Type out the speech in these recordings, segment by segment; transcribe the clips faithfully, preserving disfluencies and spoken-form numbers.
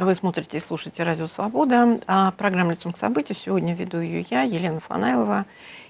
Вы смотрите и слушаете «Радио Свобода». А программа «Лицом к событию». Сегодня веду ее я, Елена Фанайлова.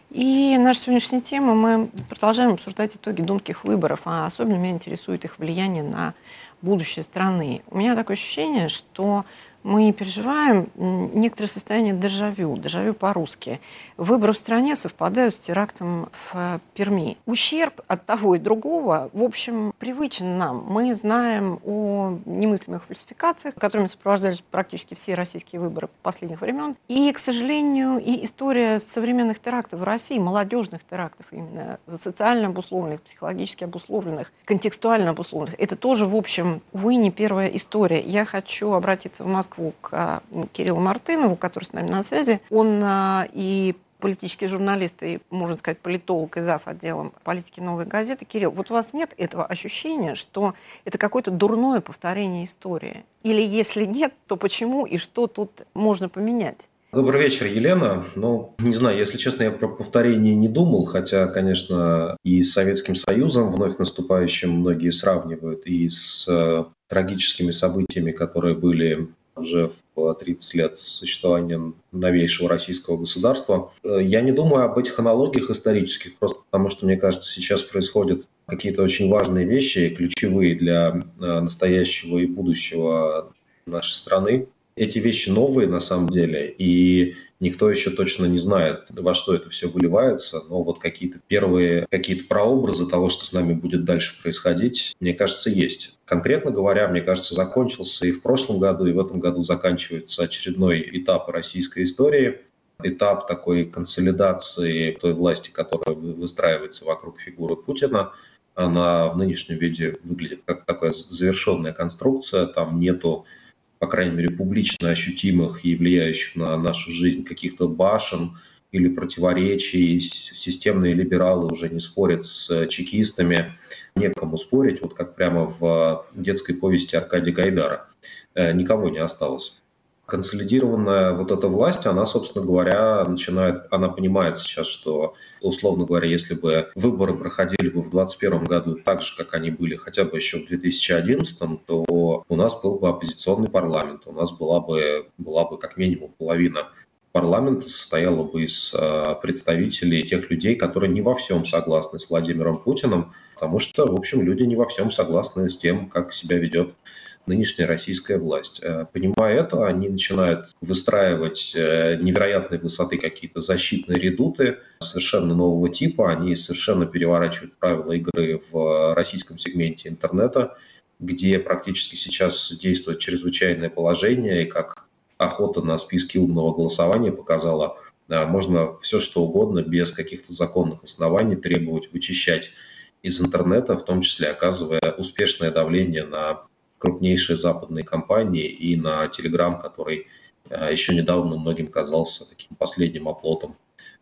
И наша сегодняшняя тема, мы продолжаем обсуждать итоги думских выборов, а особенно меня интересует их влияние на будущее страны. У меня такое ощущение, что мы переживаем некоторое состояние дежавю, дежавю по-русски. Выборы в стране совпадают с терактом в Перми. Ущерб от того и другого, в общем, привычен нам. Мы знаем о немыслимых фальсификациях, которыми сопровождались практически все российские выборы последних времен. И, к сожалению, и история современных терактов в России, молодежных терактов именно, социально обусловленных, психологически обусловленных, контекстуально обусловленных, это тоже, в общем, увы, не первая история. Я хочу обратиться в Москву к Кириллу Мартынову, который с нами на связи. Он а, и политический журналист, и, можно сказать, политолог и зав. Отделом политики «Новой газеты». Кирилл, вот у вас нет этого ощущения, что это какое-то дурное повторение истории? Или если нет, то почему и что тут можно поменять? Добрый вечер, Елена. Ну, не знаю, если честно, я про повторение не думал, хотя, конечно, и с Советским Союзом вновь наступающим многие сравнивают, и с э, трагическими событиями, которые были уже в тридцать лет существования новейшего российского государства. Я не думаю об этих аналогиях исторических, просто потому что, мне кажется, сейчас происходят какие-то очень важные вещи, ключевые для настоящего и будущего нашей страны. Эти вещи новые на самом деле, и никто еще точно не знает, во что это все выливается, но вот какие-то первые, какие-то прообразы того, что с нами будет дальше происходить, мне кажется, есть. Конкретно говоря, мне кажется, закончился и в прошлом году, и в этом году заканчивается очередной этап российской истории, этап такой консолидации той власти, которая выстраивается вокруг фигуры Путина. Она в нынешнем виде выглядит как такая завершенная конструкция, там нету, по крайней мере, публично ощутимых и влияющих на нашу жизнь каких-то башен или противоречий. Системные либералы уже не спорят с чекистами, некому спорить, вот как прямо в детской повести Аркадия Гайдара. Никого не осталось. Консолидированная вот эта власть, она, собственно говоря, начинает, она понимает сейчас, что, условно говоря, если бы выборы проходили бы в двадцать первом году так же, как они были хотя бы еще в две тысячи одиннадцатом, то у нас был бы оппозиционный парламент, у нас была бы, была бы как минимум половина парламента состояла бы из представителей тех людей, которые не во всем согласны с Владимиром Путиным, потому что, в общем, люди не во всем согласны с тем, как себя ведет нынешняя российская власть. Понимая это, они начинают выстраивать невероятной высоты какие-то защитные редуты совершенно нового типа. Они совершенно переворачивают правила игры в российском сегменте интернета, где практически сейчас действует чрезвычайное положение, и как охота на списки умного голосования показала, можно все что угодно без каких-то законных оснований требовать вычищать из интернета, в том числе оказывая успешное давление на крупнейшие западные компании и на Telegram, который еще недавно многим казался таким последним оплотом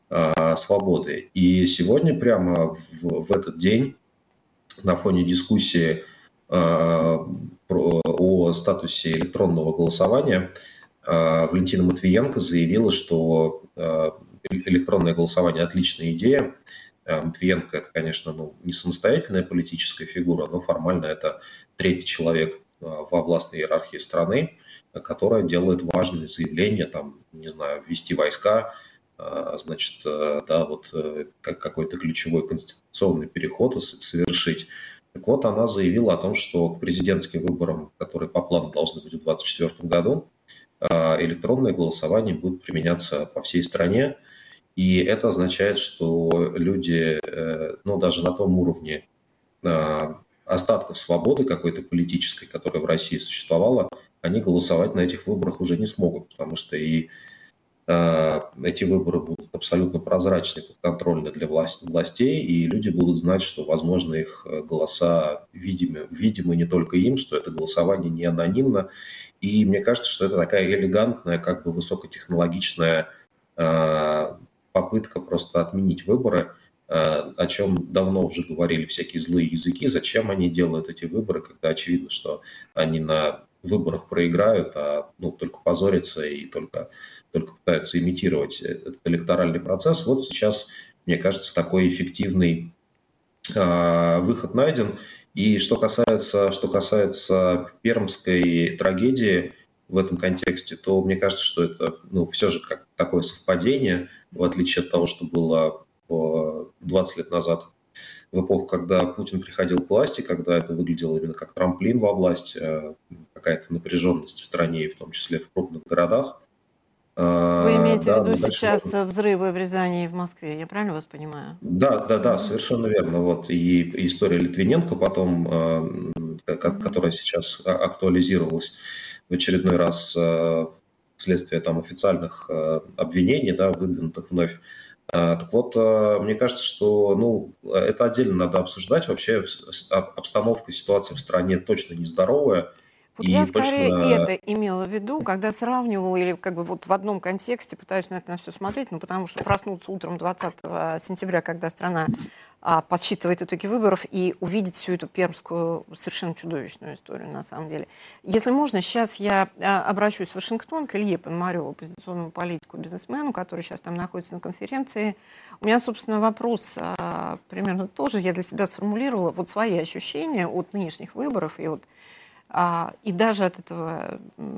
э, свободы. И сегодня прямо в, в этот день на фоне дискуссии э, про, о статусе электронного голосования э, Валентина Матвиенко заявила, что э, электронное голосование – отличная идея. Матвиенко – это, конечно, ну, не самостоятельная политическая фигура, но формально это третий человек во властной иерархии страны, которая делает важные заявления, там, не знаю, ввести войска, значит, да, вот какой-то ключевой конституционный переход совершить. Так вот, она заявила о том, что к президентским выборам, которые по плану должны быть в две тысячи двадцать четвёртом году, электронное голосование будет применяться по всей стране. И это означает, что люди, ну, даже на том уровне остатков свободы какой-то политической, которая в России существовала, они голосовать на этих выборах уже не смогут, потому что и э, эти выборы будут абсолютно прозрачны, подконтрольны для власти, властей, и люди будут знать, что, возможно, их голоса видимы, видимы не только им, что это голосование не анонимно. И мне кажется, что это такая элегантная, как бы высокотехнологичная э, попытка просто отменить выборы, о чем давно уже говорили всякие злые языки, зачем они делают эти выборы, когда очевидно, что они на выборах проиграют, а ну, только позорятся и только, только пытаются имитировать этот электоральный процесс. Вот сейчас, мне кажется, такой эффективный э, выход найден. И что касается, что касается пермской трагедии, в этом контексте, то мне кажется, что это ну, все же как такое совпадение, в отличие от того, что было двадцать лет назад, в эпоху, когда Путин приходил к власти, когда это выглядело именно как трамплин во власть, какая-то напряженность в стране, и в том числе в крупных городах. Вы имеете Да, в виду но дальше сейчас можно... взрывы в Рязани и в Москве, я правильно вас понимаю? Да, да, да, Мгм. совершенно верно. Вот и и история Литвиненко потом, э, ко- Мгм. которая сейчас а- актуализировалась в очередной раз э, вследствие там официальных э, обвинений, да, выдвинутых вновь. А, Так вот, э, мне кажется, что ну, это отдельно надо обсуждать. Вообще с- с- об- обстановка, ситуация в стране точно нездоровая. Вот я И скорее точно, это имела в виду, когда сравнивала или как бы вот в одном контексте пытаюсь на это на все смотреть, ну потому что проснуться утром двадцатого сентября, когда страна а, подсчитывает итоги выборов, и увидеть всю эту пермскую совершенно чудовищную историю на самом деле. Если можно, сейчас я а, обращусь в Вашингтон к Илье Пономареву, оппозиционному политику, бизнесмену, который сейчас там находится на конференции. У меня, собственно, вопрос а, примерно тоже я для себя сформулировала. Вот свои ощущения от нынешних выборов и от а, и даже от этого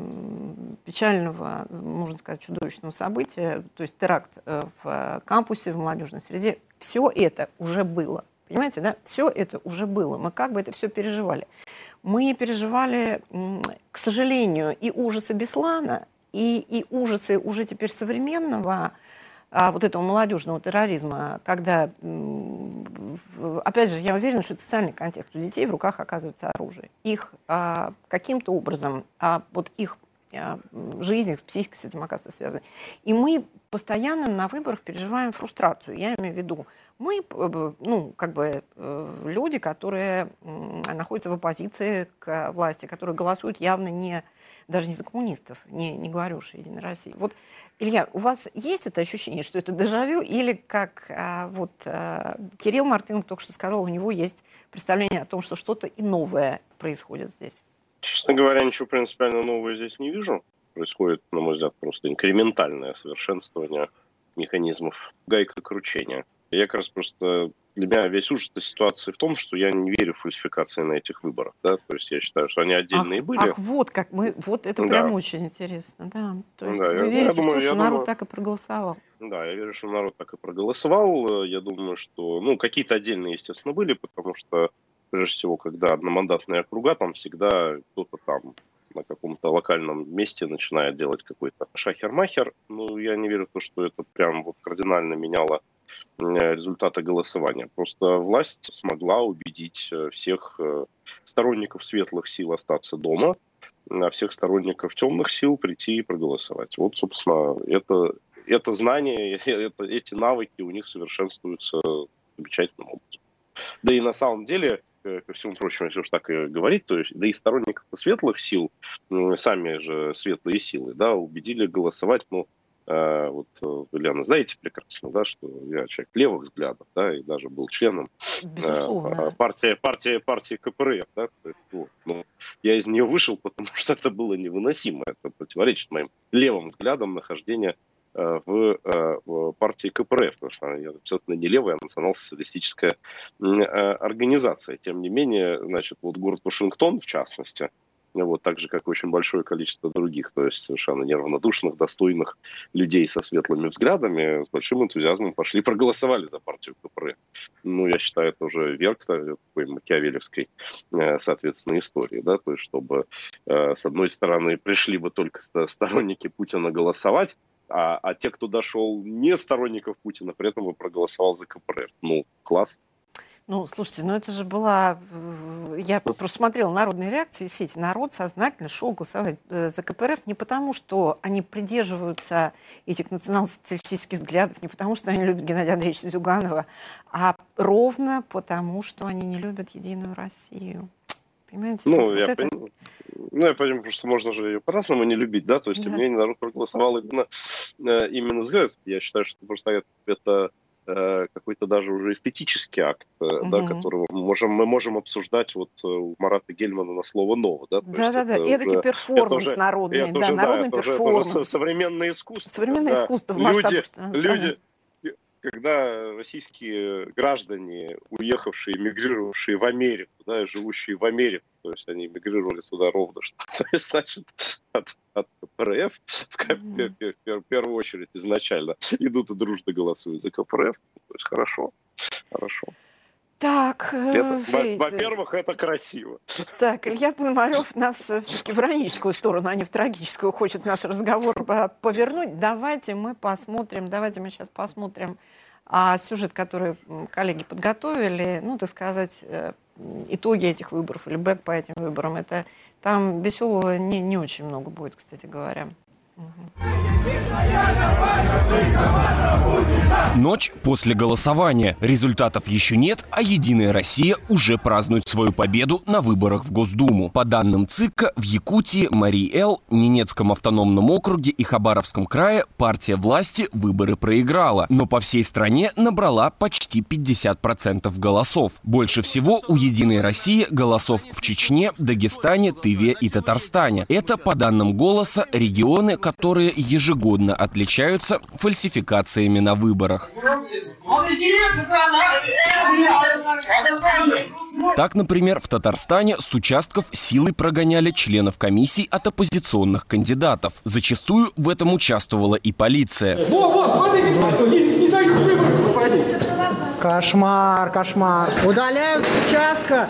м, печального, можно сказать, чудовищного события, то есть теракт э, в кампусе, в молодежной среде, все это уже было. Понимаете, да? Все это уже было. Мы как бы это все переживали. Мы переживали, м, к сожалению, и ужасы Беслана, и, и ужасы уже теперь современного а, вот этого молодежного терроризма, когда, м, в- опять же, я уверена, что это социальный контекст. У детей в руках оказывается оружие. Их а, каким-то образом, а, вот их а, м, жизнь, их психика с этим оказывается связана. И мы постоянно на выборах переживаем фрустрацию. Я имею в виду, мы, э, ну, как бы э, люди, которые м, находятся в оппозиции к власти, которые голосуют явно не даже не за коммунистов, не, не говорю уж о Единой России. Вот, Илья, у вас есть это ощущение, что это дежавю, или как а, вот а, Кирилл Мартынов только что сказал, у него есть представление о том, что что-то и новое происходит здесь? Честно говоря, ничего принципиально нового я здесь не вижу. Происходит, на мой взгляд, просто инкрементальное совершенствование механизмов гайкокручения. Я как раз просто... Для меня весь ужас этой ситуации в том, что я не верю в фальсификации на этих выборах. Да? То есть я считаю, что они Ах, отдельные были. ах, вот как мы, вот это прям Да, очень интересно, да. То есть да, вы я, ну, я верите в то, думаю, я что народ думаю, так и проголосовал? да, я верю, что народ так и проголосовал. Я думаю, что, ну, какие-то отдельные, естественно, были, потому что, прежде всего, когда одномандатные округа, там всегда кто-то там на каком-то локальном месте начинает делать какой-то шахер-махер. Ну, я не верю в то, что это прям вот кардинально меняло э, результаты голосования. Просто власть смогла убедить э, всех э, сторонников светлых сил остаться дома, а всех сторонников темных сил прийти и проголосовать. Вот, собственно, это, это знание, это, эти навыки у них совершенствуются замечательным образом. Да и на самом деле, э, ко всему прочему, если уж так и говорить, то есть, да и сторонников светлых сил, м, сами же светлые силы, да, убедили голосовать, ну, э, вот, э, Лена, знаете прекрасно, да, что я человек левых взглядов, да, и даже был членом э, Безусловно. партии, партии, партии КПРФ, да, то есть, вот, ну, я из нее вышел, потому что это было невыносимо, это противоречит моим левым взглядам нахождения э, в, э, в партии КПРФ, потому что я абсолютно не левая, а национал-социалистическая м, э, организация. Тем не менее, значит, вот город Вашингтон, в частности, вот, так же, как и очень большое количество других, то есть совершенно неравнодушных, достойных людей со светлыми взглядами, с большим энтузиазмом пошли проголосовали за партию КПРФ. Ну, я считаю, это уже верх такой макиавелевской, э, соответственно, истории, да, то есть, чтобы, э, с одной стороны, пришли бы только ст- сторонники Путина голосовать, а, а те, кто дошел не сторонников Путина, при этом бы проголосовал за КПРФ. Ну, класс. Ну, слушайте, ну это же была... э, Я просто смотрела народные реакции, сети. Народ сознательно шел голосовать э, за КПРФ не потому, что они придерживаются этих национал-социалистических взглядов, не потому, что они любят Геннадия Андреевича Зюганова, а ровно потому, что они не любят Единую Россию. Понимаете? Вот, Ну, вот я, это... пон- ну, я понимаю, что можно же ее по-разному не любить, да, то есть, тем не Да. менее, народ проголосовал именно, э, именно за. Я считаю, что просто это, это э, какой-то даже уже эстетический акт, э, да, Мгм. которого мы можем, мы можем обсуждать вот э, у Марата Гельмана на слово «ново», да, то есть Да-да-да. это Эдакий уже, это перформанс уже, народный. это Да, уже, да, народный это уже, это уже со- перформанс. современное искусство, Современное когда искусство в люди, масштабах страны. люди, когда российские граждане, уехавшие, мигрировавшие в Америку, да, живущие в Америке, то есть они мигрировали туда ровно, что, то есть, значит, от, от КПРФ в, в, в, в первую очередь изначально идут и дружно голосуют за КПРФ. То есть хорошо, хорошо. Так, это, во-первых, это красиво. Так, Илья Пономарев нас все-таки в ироническую сторону, а не в трагическую, хочет наш разговор повернуть. Давайте мы посмотрим, давайте мы сейчас посмотрим а, сюжет, который коллеги подготовили, ну, так сказать, итоги этих выборов или бэк по этим выборам. Это там веселого не, не очень много будет, кстати говоря. Ночь после голосования. Результатов еще нет, а «Единая Россия» уже празднует свою победу на выборах в Госдуму. По данным ЦИКа, в Якутии, Марий-Эл, Ненецком автономном округе и Хабаровском крае партия власти выборы проиграла, но по всей стране набрала почти пятьдесят процентов голосов. Больше всего у «Единой России» голосов в Чечне, Дагестане, Тыве и Татарстане. Это, по данным «Голоса», регионы, которые ежегодно отличаются фальсификациями на выборах. Так, например, в Татарстане с участков силой прогоняли членов комиссий от оппозиционных кандидатов. Зачастую в этом участвовала и полиция. Кошмар, кошмар. Удаляют с участка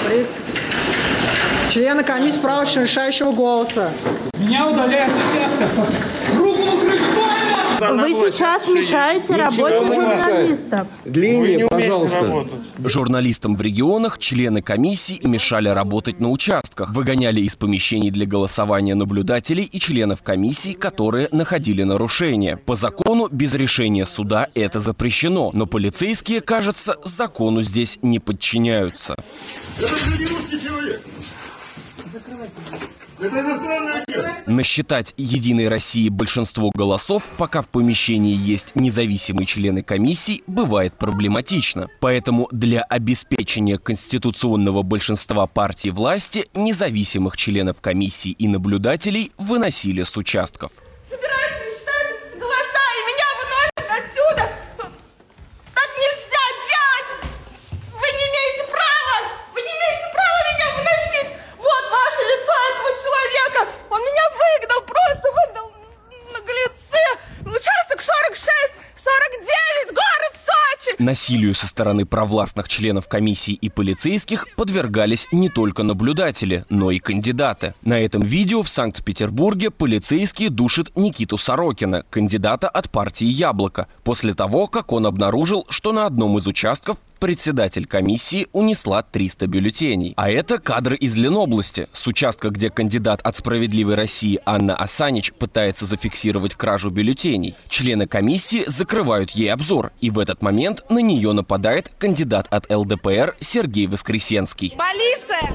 члена комиссии справочного решающего голоса. Меня удаляют с участка. Руку на крышу! Вы сейчас мешаете работе журналистов. Длиннее, пожалуйста. Журналистам в регионах члены комиссий мешали работать на участках, выгоняли из помещений для голосования наблюдателей и членов комиссий, которые находили нарушения. По закону без решения суда это запрещено, но полицейские, кажется, закону здесь не подчиняются. Насчитать «Единой России» большинство голосов, пока в помещении есть независимые члены комиссий, бывает проблематично. Поэтому для обеспечения конституционного большинства партий власти независимых членов комиссий и наблюдателей выносили с участков. Собираются считать голоса, и меня выносят отсюда. Так нельзя делать! Вы не имеете права! Вы не имеете права меня выносить! Вот ваше лицо этого человека! Он меня выгнал, просто выгнал наглецы! Участок сорок шесть, сорок девять, город Сочи! Насилию со стороны провластных членов комиссий и полицейских подвергались не только наблюдатели, но и кандидаты. На этом видео в Санкт-Петербурге полицейские душат Никиту Сорокина, кандидата от партии «Яблоко», после того, как он обнаружил, что на одном из участков председатель комиссии унесла триста бюллетеней. А это кадры из Ленобласти, с участка, где кандидат от «Справедливой России» Анна Асанич пытается зафиксировать кражу бюллетеней. Члены комиссии закрывают ей обзор, и в этот момент на нее нападает кандидат от эл дэ пэ эр Сергей Воскресенский. Полиция!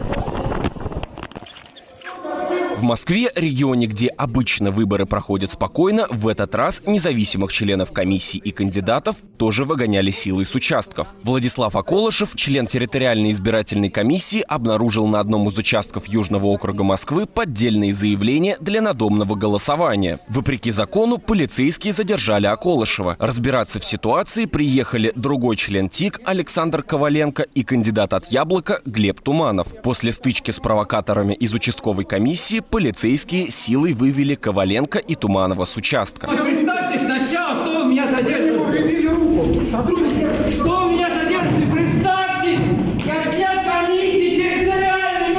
В Москве, регионе, где обычно выборы проходят спокойно, в этот раз независимых членов комиссий и кандидатов тоже выгоняли силой с участков. Владислав Околышев, член территориальной избирательной комиссии, обнаружил на одном из участков Южного округа Москвы поддельные заявления для надомного голосования. Вопреки закону, полицейские задержали Околышева. Разбираться в ситуации приехали другой член ТИК Александр Коваленко и кандидат от «Яблока» Глеб Туманов. После стычки с провокаторами из участковой комиссии полицейские силой вывели Коваленко и Туманова с участка. Представьте сначала, что вы меня задерживаете. Сотрудники, что вы меня задерживаете? Представьте! Я член комиссии территориальной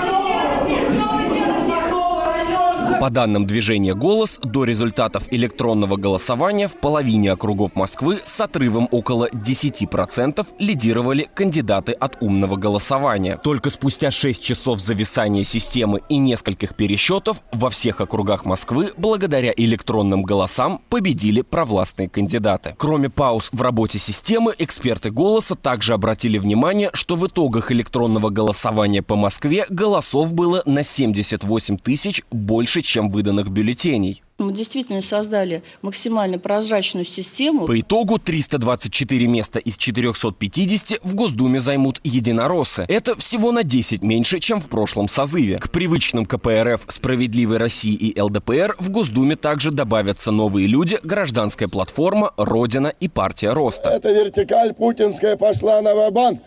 района. По данным движения «Голос», до результатов электронного голосования в половине округов Москвы с отрывом около десяти процентов лидировали кандидаты от умного голосования. Только спустя шесть часов зависания системы и нескольких пересчетов во всех округах Москвы благодаря электронным голосам победили провластные кандидаты. Кроме пауз в работе системы, эксперты «Голоса» также обратили внимание, что в итогах электронного голосования по Москве голосов было на семьдесят восемь тысяч больше, чем чем выданных бюллетеней. Мы действительно создали максимально прозрачную систему. По итогу триста двадцать четыре места из четырехсот пятидесяти в Госдуме займут единороссы. Это всего на десять меньше, чем в прошлом созыве. К привычным ка пэ эр эф, «Справедливой России» и эл дэ пэ эр в Госдуме также добавятся новые люди, Гражданская платформа, Родина и Партия Роста. Эта вертикаль путинская пошла на ва-банк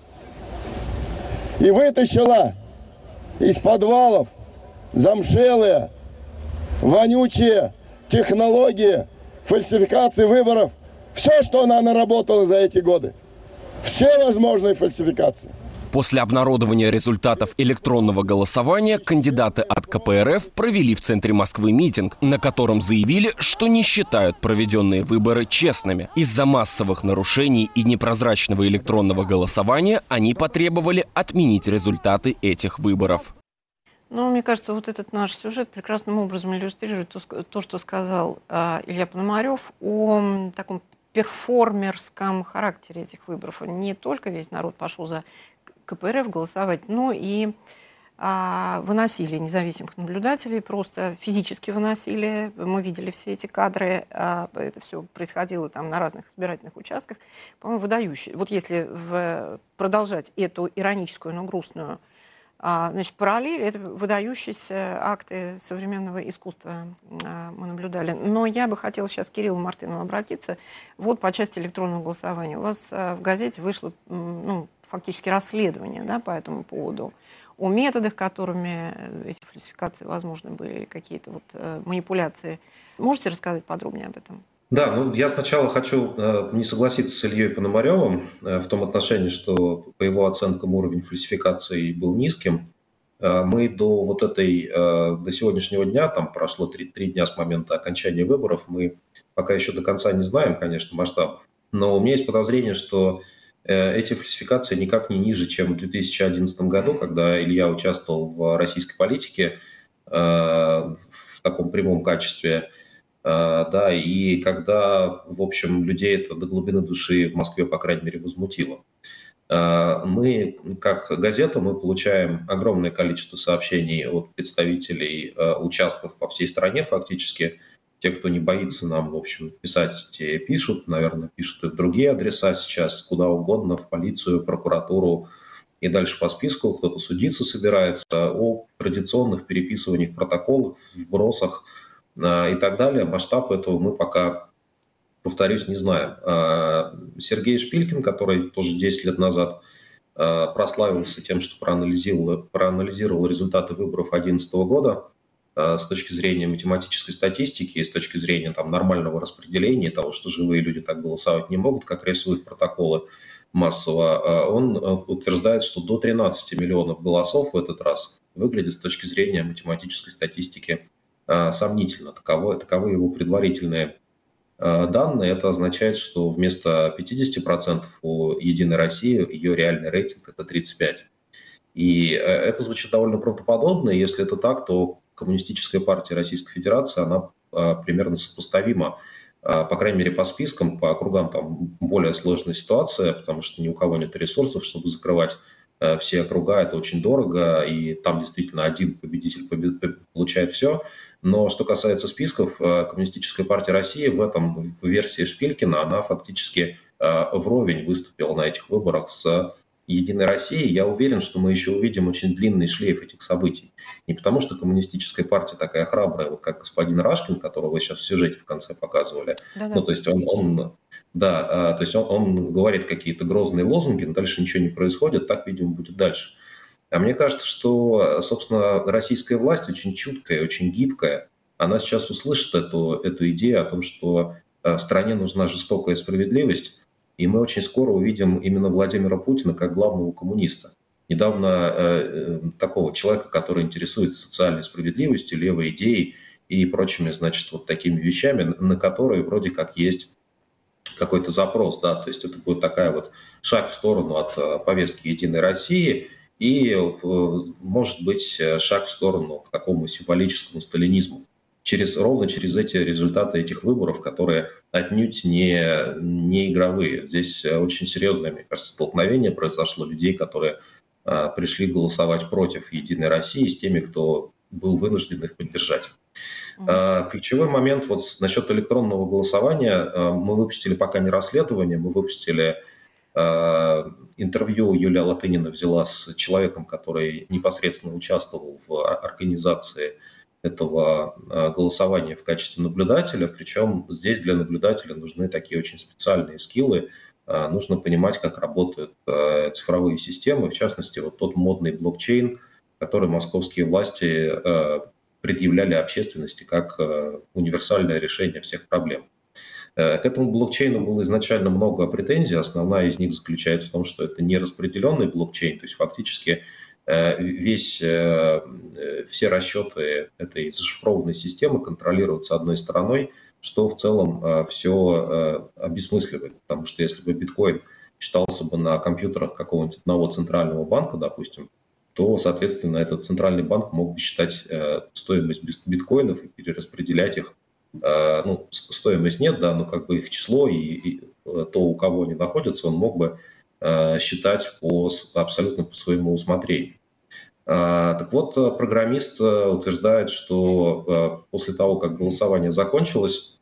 и вытащила из подвалов замшелые, вонючие технологии фальсификации выборов. Все, что она наработала за эти годы. Все возможные фальсификации. После обнародования результатов электронного голосования кандидаты от ка пэ эр эф провели в центре Москвы митинг, на котором заявили, что не считают проведенные выборы честными. Из-за массовых нарушений и непрозрачного электронного голосования они потребовали отменить результаты этих выборов. Ну, мне кажется, вот этот наш сюжет прекрасным образом иллюстрирует то, то что сказал э, Илья Пономарев о таком перформерском характере этих выборов. Не только весь народ пошел за ка пэ эр эф голосовать, но и а, выносили независимых наблюдателей, просто физически выносили. Мы видели все эти кадры, а, это все происходило там на разных избирательных участках. По-моему, выдающие. Вот если в, продолжать эту ироническую, но грустную а, значит, параллель, это выдающиеся акты современного искусства а, мы наблюдали. Но я бы хотела сейчас к Кириллу Мартынову обратиться. Вот по части электронного голосования. У вас а, в газете вышло ну, фактически расследование, да, по этому поводу. О методах, которыми эти фальсификации возможны были, какие-то вот э, манипуляции. Можете рассказать подробнее об этом? Да, ну я сначала хочу э, не согласиться с Ильей Пономаревым э, в том отношении, что по его оценкам уровень фальсификации был низким. Э, мы до вот этой, э, до сегодняшнего дня, там прошло три, три дня с момента окончания выборов, мы пока еще до конца не знаем, конечно, масштабов. Но у меня есть подозрение, что эти фальсификации никак не ниже, чем в две тысячи одиннадцатом году, когда Илья участвовал в российской политике э, в таком прямом качестве, э, да, и когда, в общем, людей это до глубины души в Москве, по крайней мере, возмутило. Э, мы, как газета, мы получаем огромное количество сообщений от представителей э, участков по всей стране фактически. Те, кто не боится нам, в общем, писать, те пишут, наверное, пишут и в другие адреса сейчас, куда угодно, в полицию, прокуратуру и дальше по списку. Кто-то судиться собирается о традиционных переписываниях протоколов, вбросах э, и так далее. Масштаб этого мы пока, повторюсь, не знаем. Э, Сергей Шпилькин, который тоже десять лет назад э, прославился тем, что проанализировал, проанализировал результаты выборов две тысячи одиннадцатого года, с точки зрения математической статистики и с точки зрения там, нормального распределения того, что живые люди так голосовать не могут, как рисуют протоколы массово, он утверждает, что до тринадцати миллионов голосов в этот раз выглядит с точки зрения математической статистики сомнительно. Таковы, таковы его предварительные данные. Это означает, что вместо пятидесяти процентов у «Единой России» ее реальный рейтинг – это тридцать пять процентов. И это звучит довольно правдоподобно. И если это так, то Коммунистическая партия Российской Федерации, она а, примерно сопоставима, а, по крайней мере, по спискам, по округам там более сложная ситуация, потому что ни у кого нет ресурсов, чтобы закрывать а, все округа, это очень дорого, и там действительно один победитель побед... получает все. Но что касается списков, а, Коммунистическая партия России в этом, в версии Шпилькина, она фактически а, вровень выступила на этих выборах с «Единой России». Я уверен, что мы еще увидим очень длинный шлейф этих событий. Не потому, что коммунистическая партия такая храбрая, вот как господин Рашкин, которого вы сейчас в сюжете в конце показывали. Да-да. Ну, то есть он, он, да, то есть он, он говорит какие-то грозные лозунги, но дальше ничего не происходит, так, видимо, будет дальше. А мне кажется, что, собственно, российская власть очень чуткая, очень гибкая. Она сейчас услышит эту, эту идею о том, что в стране нужна жестокая справедливость. И мы очень скоро увидим именно Владимира Путина как главного коммуниста. Недавно э, такого человека, который интересуется социальной справедливостью, левой идеей и прочими, значит, вот такими вещами, на которые вроде как есть какой-то запрос, да, то есть это будет такая вот шаг в сторону от э, повестки «Единой России» и, э, может быть, шаг в сторону к такому символическому сталинизму. Через, ровно через эти результаты этих выборов, которые отнюдь не, не игровые. Здесь очень серьезное, мне кажется, столкновение произошло людей, которые а, пришли голосовать против «Единой России» с теми, кто был вынужден их поддержать. Mm-hmm. Ключевой момент вот насчет электронного голосования. Мы выпустили пока не расследование, мы выпустили интервью. Юлия Латынина взяла с человеком, который непосредственно участвовал в организации этого голосования в качестве наблюдателя. Причем здесь для наблюдателя нужны такие очень специальные скиллы. Нужно понимать, как работают цифровые системы, в частности, вот тот модный блокчейн, который московские власти предъявляли общественности как универсальное решение всех проблем. К этому блокчейну было изначально много претензий. Основная из них заключается в том, что это не распределенный блокчейн, то есть фактически весь, все расчеты этой зашифрованной системы контролируются одной стороной, что в целом все обесмысливает. Потому что если бы биткоин считался бы на компьютерах какого-нибудь одного центрального банка, допустим, то, соответственно, этот центральный банк мог бы считать стоимость биткоинов и перераспределять их. Ну, стоимость нет, да, но как бы их число и, и то, у кого они находятся, он мог бы считать по, абсолютно по своему усмотрению. Так вот, программист утверждает, что после того, как голосование закончилось,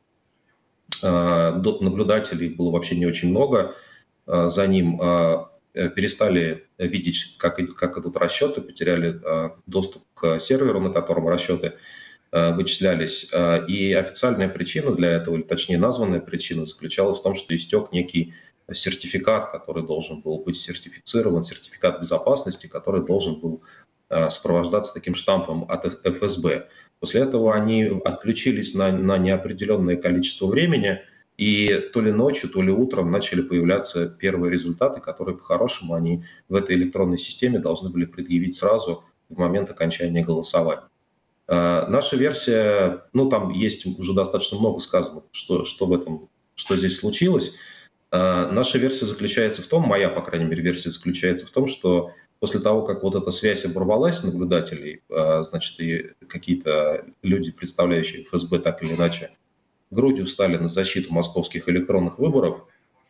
наблюдателей было вообще не очень много, за ним перестали видеть, как, как идут расчеты, потеряли доступ к серверу, на котором расчеты вычислялись. И официальная причина для этого, или точнее названная причина, заключалась в том, что истек некий сертификат, который должен был быть сертифицирован, сертификат безопасности, который должен был сопровождаться таким штампом от эф эс бэ. После этого они отключились на, на неопределенное количество времени, и то ли ночью, то ли утром начали появляться первые результаты, которые по-хорошему они в этой электронной системе должны были предъявить сразу в момент окончания голосования. Наша версия, ну там есть уже достаточно много сказано, что, что в этом, что здесь случилось. Наша версия заключается в том, моя, по крайней мере, версия заключается в том, что после того, как вот эта связь оборвалась наблюдателей, значит, и какие-то люди, представляющие эф эс бэ так или иначе, грудью встали на защиту московских электронных выборов,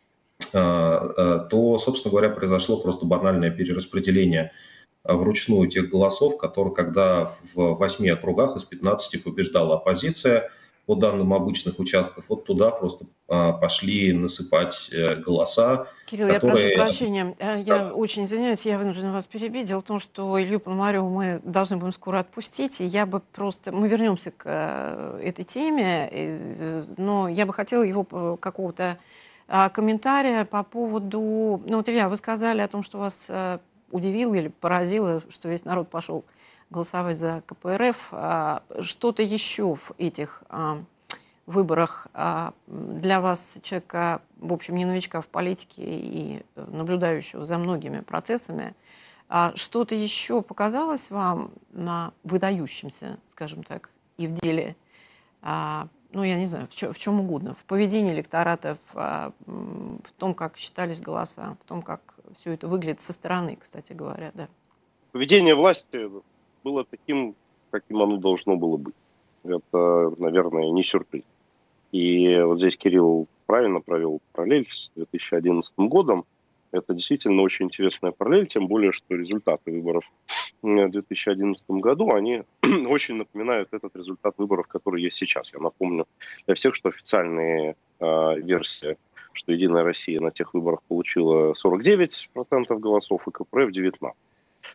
то, собственно говоря, произошло просто банальное перераспределение вручную тех голосов, которые, когда в восьми округах из пятнадцати побеждала оппозиция, по данным обычных участков, вот туда просто а, пошли насыпать э, голоса. Кирилл, которые... я прошу прощения, я да. очень извиняюсь, я вынуждена вас перебить. Дело в том, что Илью Пономарёва мы должны будем скоро отпустить, и я бы просто... Мы вернемся к э, этой теме, э, но я бы хотела его э, какого-то э, комментария по поводу... Ну вот, Илья, вы сказали о том, что вас э, удивило или поразило, что весь народ пошел голосовать за ка пэ эр эф. Что-то еще в этих выборах для вас, человека, в общем, не новичка в политике и наблюдающего за многими процессами, что-то еще показалось вам на выдающемся, скажем так, и в деле, ну, я не знаю, в чем, в чем угодно, в поведении электората, в, в том, как считались голоса, в том, как все это выглядит со стороны, кстати говоря, да. Поведение власти было таким, каким оно должно было быть. Это, наверное, не сюрприз. И вот здесь Кирилл правильно провел параллель с две тысячи одиннадцатым годом. Это действительно очень интересная параллель, тем более, что результаты выборов в две тысячи одиннадцатом году, они очень напоминают этот результат выборов, который есть сейчас. Я напомню для всех, что официальные э, версии, что «Единая Россия» на тех выборах получила сорок девять процентов голосов и ка пэ эр эф девятнадцать процентов.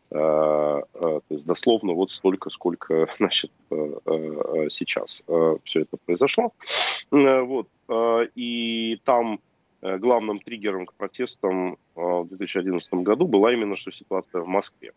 То есть дословно вот столько, сколько, значит, сейчас все это произошло. Вот. И там главным триггером к протестам в две тысячи одиннадцатом году была именно что ситуация в Москве.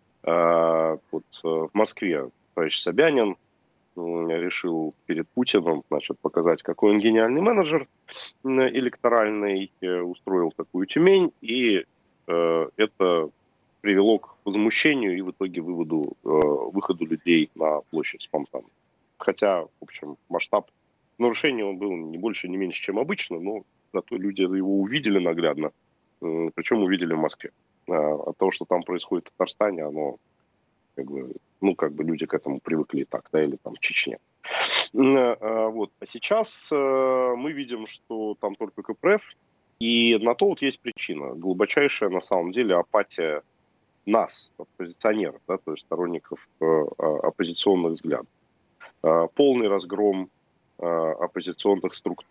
Вот в Москве товарищ Собянин решил перед Путиным, значит, показать, какой он гениальный менеджер электоральный, устроил такую Тюмень, и это привело к возмущению и в итоге выводу, э, выходу людей на площадь спонтанно. Хотя, в общем, масштаб нарушения он был не больше, не меньше, чем обычно, но зато люди его увидели наглядно, э, причем увидели в Москве. Э, от того, что там происходит в Татарстане, оно, как бы, ну, как бы люди к этому привыкли и так, да, или там в Чечне. Э, э, вот. А сейчас э, мы видим, что там только ка пэ эр эф, и на то вот есть причина. Глубочайшая, на самом деле, апатия нас, оппозиционеров, да, то есть сторонников э, оппозиционных взглядов. полный разгром оппозиционных структур.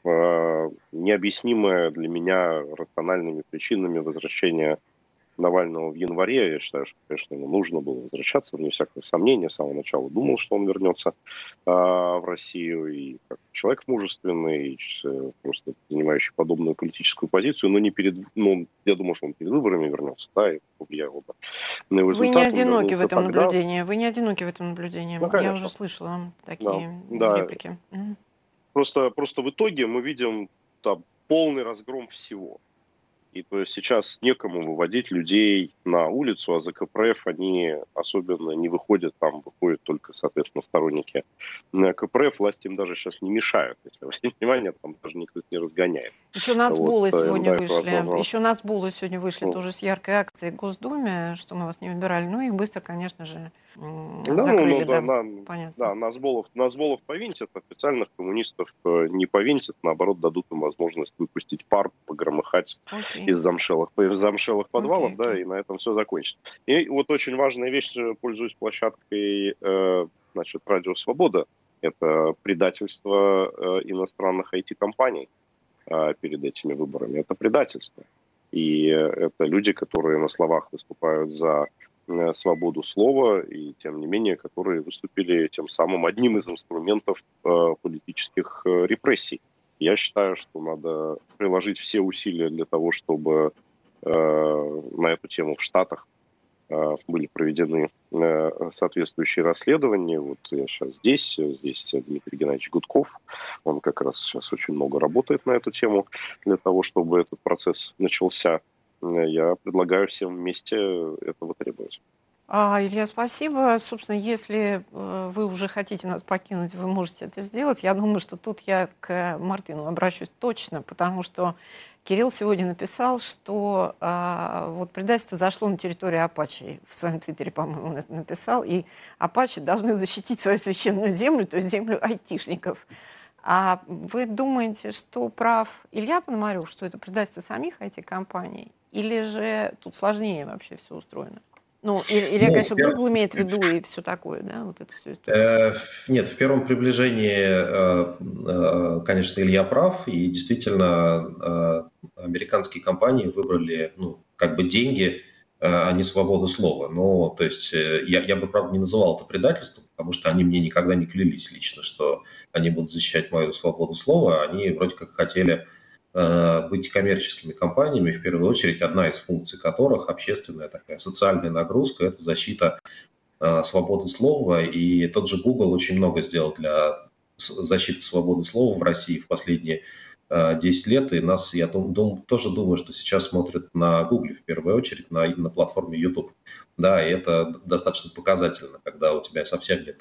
Необъяснимое для меня рациональными причинами возвращения Навального в январе. Я считаю, что, конечно, ему нужно было возвращаться, вне всякого сомнения. С самого начала думал, что он вернется э, в Россию. И как человек мужественный, э, просто занимающий подобную политическую позицию, но не перед... Ну, я думаю, что он перед выборами вернется, да, и повлиял бы на его результат. Вы не одиноки в этом тогда. наблюдении. Вы не одиноки в этом наблюдении. Ну, я уже слышала такие да, реплики. Да. Угу. Просто, просто в итоге мы видим там полный разгром всего. И то есть сейчас некому выводить людей на улицу, а за ка пэ эф они особенно не выходят, там выходят только, соответственно, сторонники ка пэ эф. Власти им даже сейчас не мешают, если вы обратите внимание, там даже никто не разгоняет. Еще нацболы вот, сегодня да, вышли, возможно. еще нацболы сегодня вышли ну. тоже с яркой акцией в Госдуме, что мы вас не выбирали, ну их быстро, конечно же, да, закрыли. Ну, да, да, да, понятно. Да, нацболов, нацболов повинтят, официальных коммунистов не повинтят, наоборот, дадут им возможность выпустить пар, погромыхать okay. из замшелых, из замшелых подвалов, okay, okay. да, и на этом все закончится. И вот очень важная вещь, пользуясь площадкой, э, значит, Радио Свобода, это предательство э, иностранных ай ти-компаний э, перед этими выборами. Это предательство. И это люди, которые на словах выступают за э, свободу слова, и тем не менее, которые выступили тем самым одним из инструментов э, политических э, репрессий. Я считаю, что надо приложить все усилия для того, чтобы э, на эту тему в Штатах э, были проведены э, соответствующие расследования. Вот я сейчас здесь, здесь Дмитрий Геннадьевич Гудков, он как раз сейчас очень много работает на эту тему для того, чтобы этот процесс начался. Я предлагаю всем вместе этого требовать. А, Илья, спасибо. Собственно, если э, вы уже хотите нас покинуть, вы можете это сделать. Я думаю, что тут я к Мартыну обращусь точно, потому что Кирилл сегодня написал, что э, вот предательство зашло на территорию Апачи. В своем твиттере, по-моему, он это написал. И Апачи должны защитить свою священную землю, то есть землю айтишников. А вы думаете, что прав Илья Пономарев, что это предательство самих ай ти-компаний? Или же тут сложнее вообще все устроено? Ну, или, ну, конечно, первом... Google имеет в виду и все такое, да, вот эту всю историю. Э, нет, в первом приближении, э, э, конечно, Илья прав, и действительно э, американские компании выбрали, ну, как бы деньги, э, а не свободу слова. Но, то есть, э, я, я бы, правда, не называл это предательством, потому что они мне никогда не клялись лично, что они будут защищать мою свободу слова. Они вроде как хотели быть коммерческими компаниями, в первую очередь, одна из функций которых общественная такая социальная нагрузка, это защита э, свободы слова. И тот же Google очень много сделал для защиты свободы слова в России в последние э, десять лет. И нас, я дум, дум, тоже думаю, что сейчас смотрят на Google в первую очередь, на, на платформе YouTube. Да, и это достаточно показательно, когда у тебя совсем нет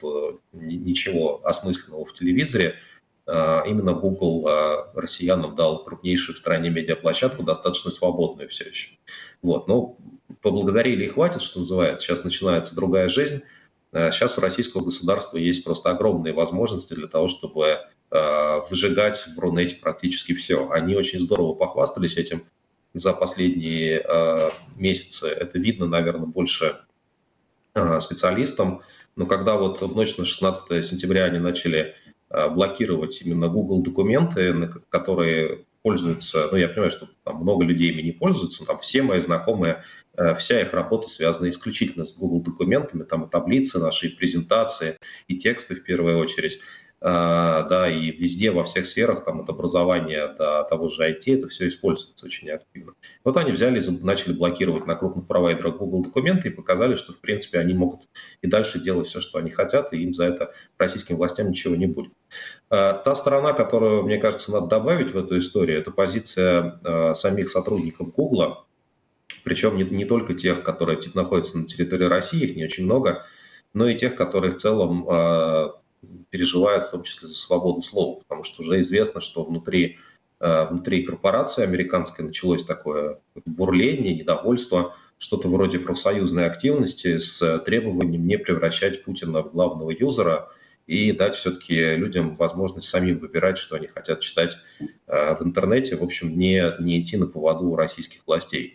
ничего осмысленного в телевизоре. Именно Google россиянам дал крупнейшую в стране медиаплощадку, достаточно свободную все еще. Вот. Но поблагодарили и хватит, что называется. Сейчас начинается другая жизнь. Сейчас у российского государства есть просто огромные возможности для того, чтобы выжигать в Рунете практически все. Они очень здорово похвастались этим за последние месяцы. Это видно, наверное, больше специалистам. Но когда вот в ночь на шестнадцатое сентября они начали блокировать именно Google документы, которые пользуются, ну я понимаю, что там много людей ими не пользуются, но там все мои знакомые, вся их работа связана исключительно с Google документами, там и таблицы наши, и презентации, и тексты в первую очередь, да, и везде, во всех сферах, там от образования до того же ай ти, это все используется очень активно. Вот они взяли и начали блокировать на крупных провайдерах Google документы и показали, что, в принципе, они могут и дальше делать все, что они хотят, и им за это российским властям ничего не будет. Та сторона, которую, мне кажется, надо добавить в эту историю, это позиция самих сотрудников Google, причем не, не только тех, которые находятся на территории России, их не очень много, но и тех, которые в целом переживают в том числе за свободу слова, потому что уже известно, что внутри, внутри корпорации американской началось такое бурление, недовольство, что-то вроде профсоюзной активности с требованием не превращать Путина в главного юзера и дать все-таки людям возможность самим выбирать, что они хотят читать в интернете, в общем, не, не идти на поводу у российских властей.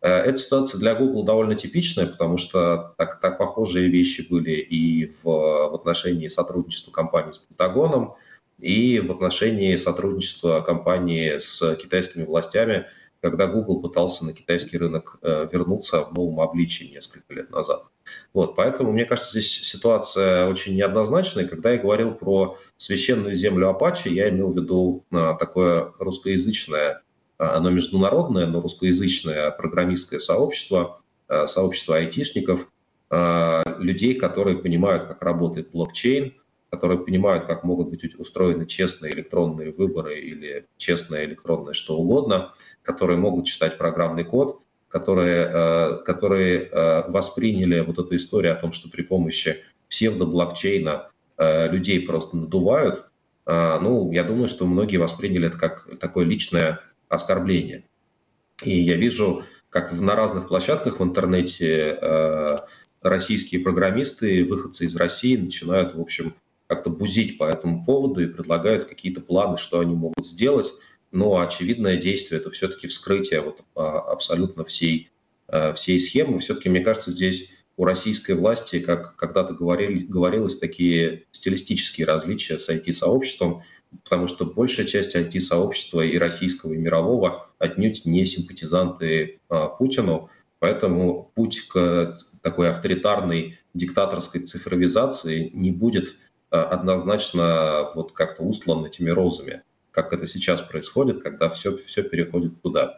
Эта ситуация для Google довольно типичная, потому что так, так похожие вещи были и в, в отношении сотрудничества компании с Пентагоном, и в отношении сотрудничества компании с китайскими властями, когда Google пытался на китайский рынок э, вернуться в новом обличии несколько лет назад. Вот, поэтому, мне кажется, здесь ситуация очень неоднозначная. Когда я говорил про священную землю Апачи, я имел в виду э, такое русскоязычное, э, оно международное, но русскоязычное программистское сообщество, э, сообщество айтишников, э, людей, которые понимают, как работает блокчейн, которые понимают, как могут быть устроены честные электронные выборы или честное электронное что угодно, которые могут читать программный код, которые, которые восприняли вот эту историю о том, что при помощи псевдоблокчейна людей просто надувают. Ну, я думаю, что многие восприняли это как такое личное оскорбление. И я вижу, как на разных площадках в интернете российские программисты, выходцы из России начинают, в общем, как-то бузить по этому поводу и предлагают какие-то планы, что они могут сделать. Но очевидное действие – это все-таки вскрытие вот, абсолютно всей, всей схемы. Все-таки, мне кажется, здесь у российской власти, как когда-то говорили, говорилось, такие стилистические различия с ай ти-сообществом, потому что большая часть ай ти-сообщества и российского, и мирового отнюдь не симпатизанты Путину. Поэтому путь к такой авторитарной диктаторской цифровизации не будет однозначно вот как-то устлан этими розами, как это сейчас происходит, когда все, все переходит туда.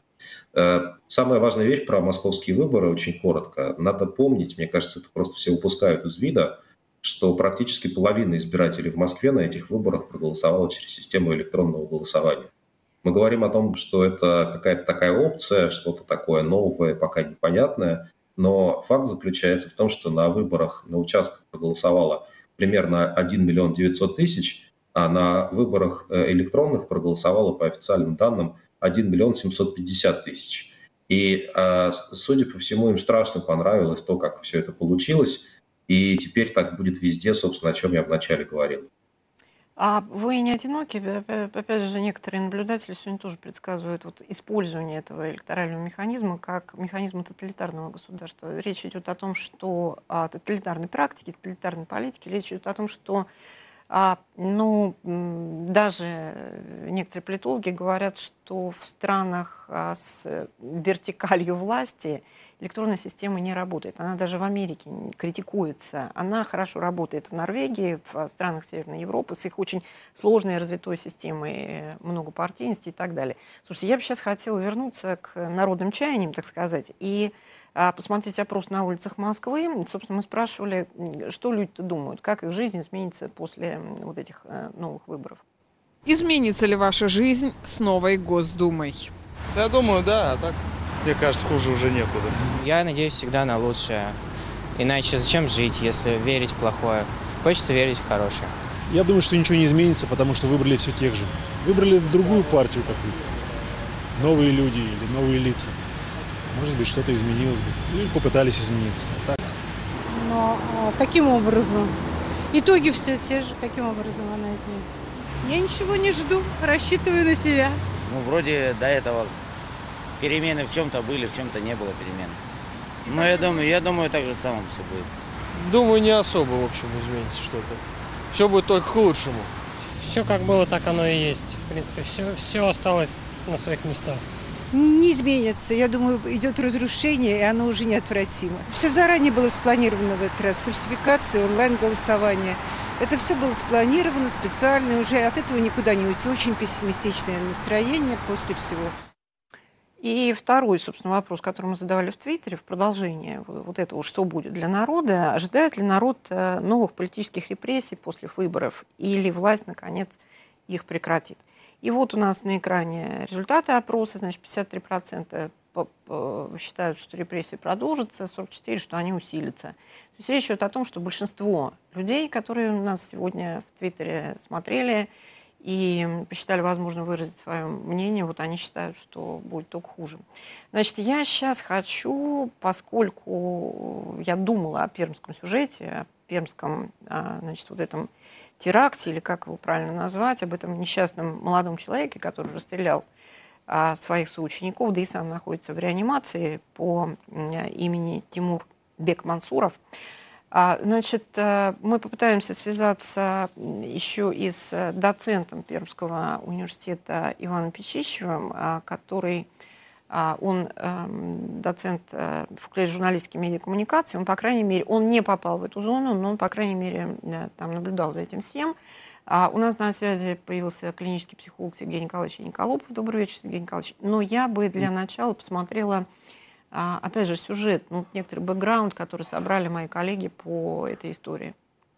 Самая важная вещь про московские выборы, очень коротко. Надо помнить, мне кажется, это просто все упускают из вида, что практически половина избирателей в Москве на этих выборах проголосовала через систему электронного голосования. Мы говорим о том, что это какая-то такая опция, что-то такое новое, пока непонятное, но факт заключается в том, что на выборах на участках проголосовало примерно один миллион девятьсот тысяч, а на выборах электронных проголосовало по официальным данным один миллион семьсот пятьдесят тысяч. И, судя по всему, им страшно понравилось то, как все это получилось, и теперь так будет везде, собственно, о чем я вначале говорил. А вы не одиноки? Опять же, некоторые наблюдатели сегодня тоже предсказывают вот использование этого электорального механизма как механизма тоталитарного государства. Речь идет о том, что о тоталитарной практике, тоталитарной политике, речь идет о том, что а, ну, даже некоторые политологи говорят, что в странах а, с вертикалью власти электронная система не работает. Она даже в Америке критикуется. Она хорошо работает в Норвегии, в странах Северной Европы с их очень сложной развитой системой многопартийности и так далее. Слушайте, я бы сейчас хотела вернуться к народным чаяниям, так сказать, и а, посмотреть опрос на улицах Москвы. Собственно, мы спрашивали, что люди-то думают, как их жизнь изменится после вот этих а, новых выборов. Изменится ли ваша жизнь с новой Госдумой? Я думаю, да, а так... Мне кажется, хуже уже некуда. Я надеюсь всегда на лучшее. Иначе зачем жить, если верить в плохое? Хочется верить в хорошее. Я думаю, что ничего не изменится, потому что выбрали все тех же. Выбрали другую партию какую-то. Новые люди или новые лица. Может быть, что-то изменилось бы. Или попытались измениться. А так... Но а каким образом? Итоги все те же. Каким образом она изменится? Я ничего не жду. Рассчитываю на себя. Ну, вроде до этого... Перемены в чем-то были, в чем-то не было перемен. Но я думаю, я думаю, так же самое все будет. Думаю, не особо, в общем, изменится что-то. Все будет только к лучшему. Все как было, так оно и есть. В принципе, все, все осталось на своих местах. Не, не изменится. Я думаю, идет разрушение, и оно уже неотвратимо. Все заранее было спланировано в этот раз. Фальсификация, онлайн-голосование. Это все было спланировано специально. Уже от этого никуда не уйти. Очень пессимистичное настроение после всего. И второй, собственно, вопрос, который мы задавали в Твиттере, в продолжение вот этого, что будет для народа. Ожидает ли народ новых политических репрессий после выборов или власть, наконец, их прекратит? И вот у нас на экране результаты опроса. Значит, пятьдесят три процента считают, что репрессии продолжатся, сорок четыре процента, что они усилятся. То есть речь идет о том, что большинство людей, которые у нас сегодня в Твиттере смотрели, и посчитали возможно выразить свое мнение, вот они считают, что будет только хуже. Значит, я сейчас хочу, поскольку я думала о пермском сюжете, о пермском, значит, вот этом теракте, или как его правильно назвать, об этом несчастном молодом человеке, который расстрелял своих соучеников, да и сам находится в реанимации по имени Тимур Бекмансуров. Значит, мы попытаемся связаться еще и с доцентом Пермского университета Иваном Печищевым, который, он доцент факультета журналистики и медиакоммуникации, он, по крайней мере, он не попал в эту зону, но он, по крайней мере, там наблюдал за этим всем. А у нас на связи появился клинический психолог Сергей Николаевич Николопов. Добрый вечер, Сергей Николаевич. Но я бы для начала посмотрела, опять же, сюжет, ну, некоторый бэкграунд, который собрали мои коллеги по этой истории.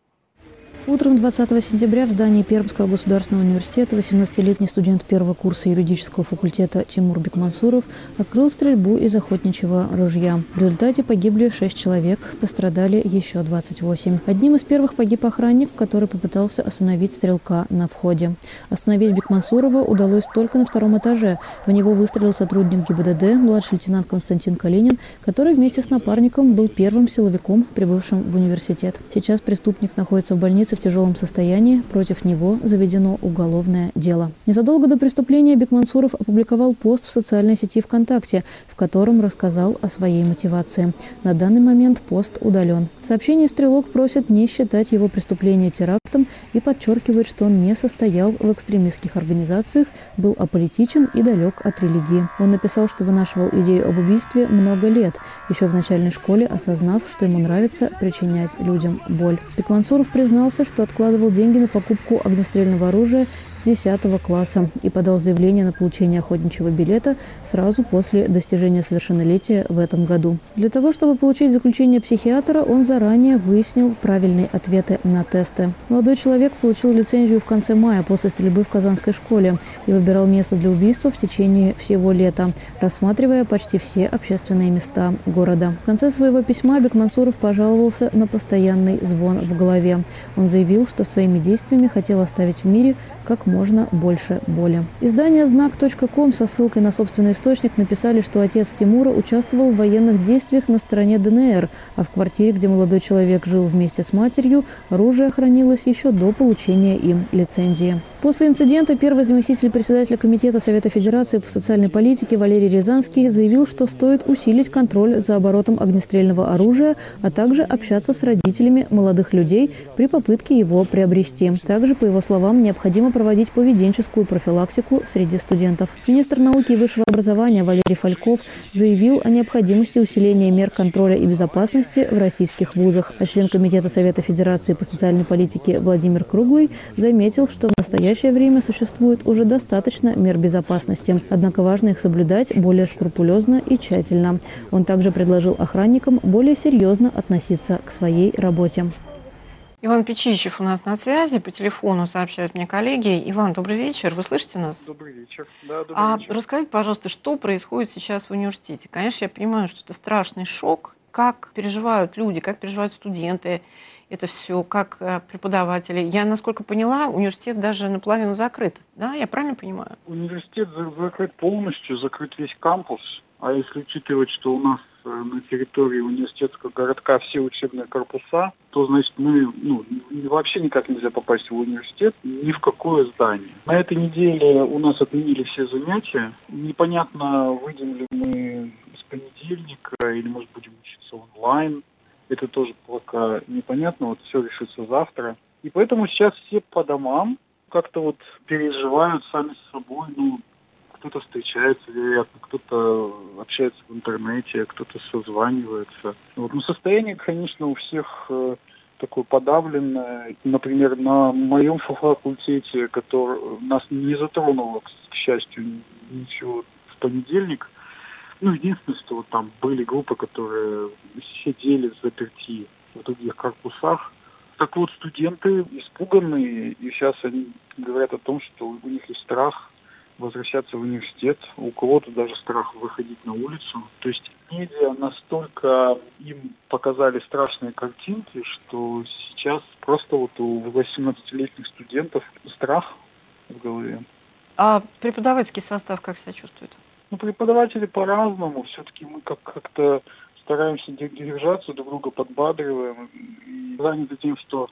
Утром двадцатого сентября в здании Пермского государственного университета восемнадцатилетний студент первого курса юридического факультета Тимур Бекмансуров открыл стрельбу из охотничьего ружья. В результате погибли шесть человек, пострадали еще двадцать восемь. Одним из первых погиб охранник, который попытался остановить стрелка на входе. Остановить Бекмансурова удалось только на втором этаже. В него выстрелил сотрудник ГИБДД, младший лейтенант Константин Калинин, который вместе с напарником был первым силовиком, прибывшим в университет. Сейчас преступник находится в больнице в тяжелом состоянии, против него заведено уголовное дело. Незадолго до преступления Бекмансуров опубликовал пост в социальной сети ВКонтакте, в котором рассказал о своей мотивации. На данный момент пост удален. В сообщении стрелок просит не считать его преступление терактом и подчеркивает, что он не состоял в экстремистских организациях, был аполитичен и далек от религии. Он написал, что вынашивал идею об убийстве много лет, еще в начальной школе осознав, что ему нравится причинять людям боль. Бекмансуров признался, что откладывал деньги на покупку огнестрельного оружия с десятого класса и подал заявление на получение охотничьего билета сразу после достижения совершеннолетия в этом году. Для того, чтобы получить заключение психиатра, он заранее выяснил правильные ответы на тесты. Молодой человек получил лицензию в конце мая после стрельбы в Казанской школе и выбирал место для убийства в течение всего лета, рассматривая почти все общественные места города. В конце своего письма Бекмансуров пожаловался на постоянный звон в голове. Он заявил, что своими действиями хотел оставить в мире как можно больше боли. Издание знак точка ком со ссылкой на собственный источник написали, что отец Тимура участвовал в военных действиях на стороне ДНР, а в квартире, где молодой человек жил вместе с матерью, оружие хранилось еще до получения им лицензии. После инцидента первый заместитель председателя Комитета Совета Федерации по социальной политике Валерий Рязанский заявил, что стоит усилить контроль за оборотом огнестрельного оружия, а также общаться с родителями молодых людей при попытке его приобрести. Также, по его словам, необходимо проводить поведенческую профилактику среди студентов. Министр науки и высшего образования Валерий Фальков заявил о необходимости усиления мер контроля и безопасности в российских вузах. А член Комитета Совета Федерации по социальной политике Владимир Круглый заметил, что в настоящее В настоящее время существует уже достаточно мер безопасности, однако важно их соблюдать более скрупулезно и тщательно. Он также предложил охранникам более серьезно относиться к своей работе. Иван Печищев у нас на связи, по телефону сообщают мне коллеги. Иван, добрый вечер, вы слышите нас? Добрый вечер. Да, добрый а вечер. Расскажите, пожалуйста, что происходит сейчас в университете? Конечно, я понимаю, что это страшный шок. Как переживают люди, как переживают студенты? Это все как преподаватели. Я, насколько поняла, университет даже наполовину закрыт. Да, я правильно понимаю? Университет закрыт полностью, закрыт весь кампус. А если учитывать, что у нас на территории университетского городка все учебные корпуса, то, значит, мы ну, вообще никак нельзя попасть в университет, ни в какое здание. На этой неделе у нас отменили все занятия. Непонятно, выйдем ли мы с понедельника или, может, будем учиться онлайн. Это тоже пока непонятно, вот все решится завтра. И поэтому сейчас все по домам как-то вот переживают сами с собой. Ну, кто-то встречается, вероятно, кто-то общается в интернете, кто-то созванивается. Вот. Но состояние, конечно, у всех э, такое подавленное. Например, на моем факультете, который нас не затронуло, к счастью, ничего в понедельник. Ну, единственное, что вот там были группы, которые сидели заперти в других корпусах. Так вот, студенты испуганные, и сейчас они говорят о том, что у них есть страх возвращаться в университет, у кого-то даже страх выходить на улицу. То есть медиа настолько им показали страшные картинки, что сейчас просто вот у восемнадцатилетних студентов страх в голове. А преподавательский состав как себя чувствует? Ну, преподаватели по-разному. Все-таки мы как- как-то стараемся держаться, друг друга подбадриваем и заняты тем, что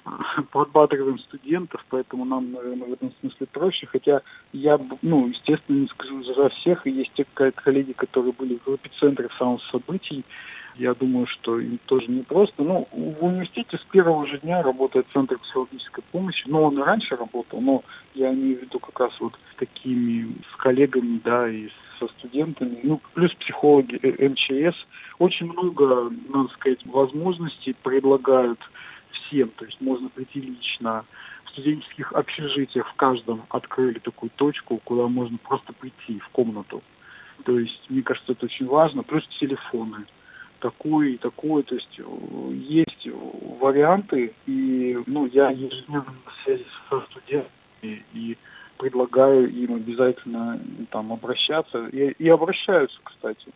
подбадриваем студентов, поэтому нам, наверное, в этом смысле проще. Хотя я, ну, естественно, не скажу за всех, и есть те коллеги, которые были в эпицентре самых событий. Я думаю, что им тоже непросто. Ну, в университете с первого же дня работает Центр психологической помощи. Ну, он и раньше работал, но я имею в виду как раз вот с такими, с коллегами, да, и со студентами. Ну, плюс психологи эм че эс. Очень много, надо сказать, возможностей предлагают всем. То есть можно прийти лично. В студенческих общежитиях в каждом открыли такую точку, куда можно просто прийти в комнату. То есть, мне кажется, это очень важно. Плюс телефоны. Такой и такой, то есть есть варианты, и ну, я ежедневно на связи со студентами и предлагаю им обязательно там обращаться, и, и обращаются, кстати.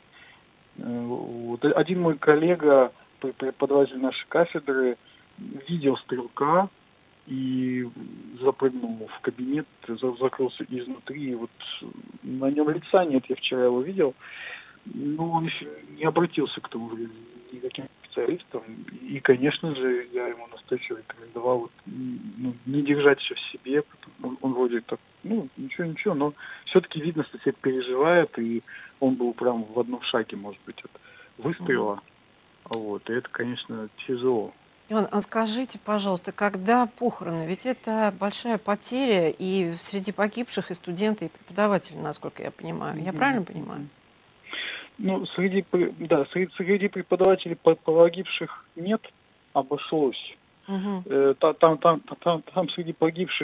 Вот. Один мой коллега, преподаватель нашей кафедры, видел стрелка и запрыгнул в кабинет, закрылся изнутри, и вот на нем лица нет, я вчера его видел. Ну, он еще не обратился к тому времени никаким специалистам. И, конечно же, я ему настойчиво рекомендовал вот, ну, не держать все в себе. Он, он вроде так, ну, ничего-ничего, но все-таки видно, что человек переживает, и он был прям в одном шаге, может быть, от выстрела. Mm-hmm. Вот, и это, конечно, тяжело. Иван, а скажите, пожалуйста, когда похороны? Ведь это большая потеря и среди погибших и студенты, и преподаватели, насколько я понимаю. Я mm-hmm. правильно понимаю? Ну, среди, да, среди, среди преподавателей погибших нет, обошлось. Uh-huh. Там, там, там, там, там среди погибших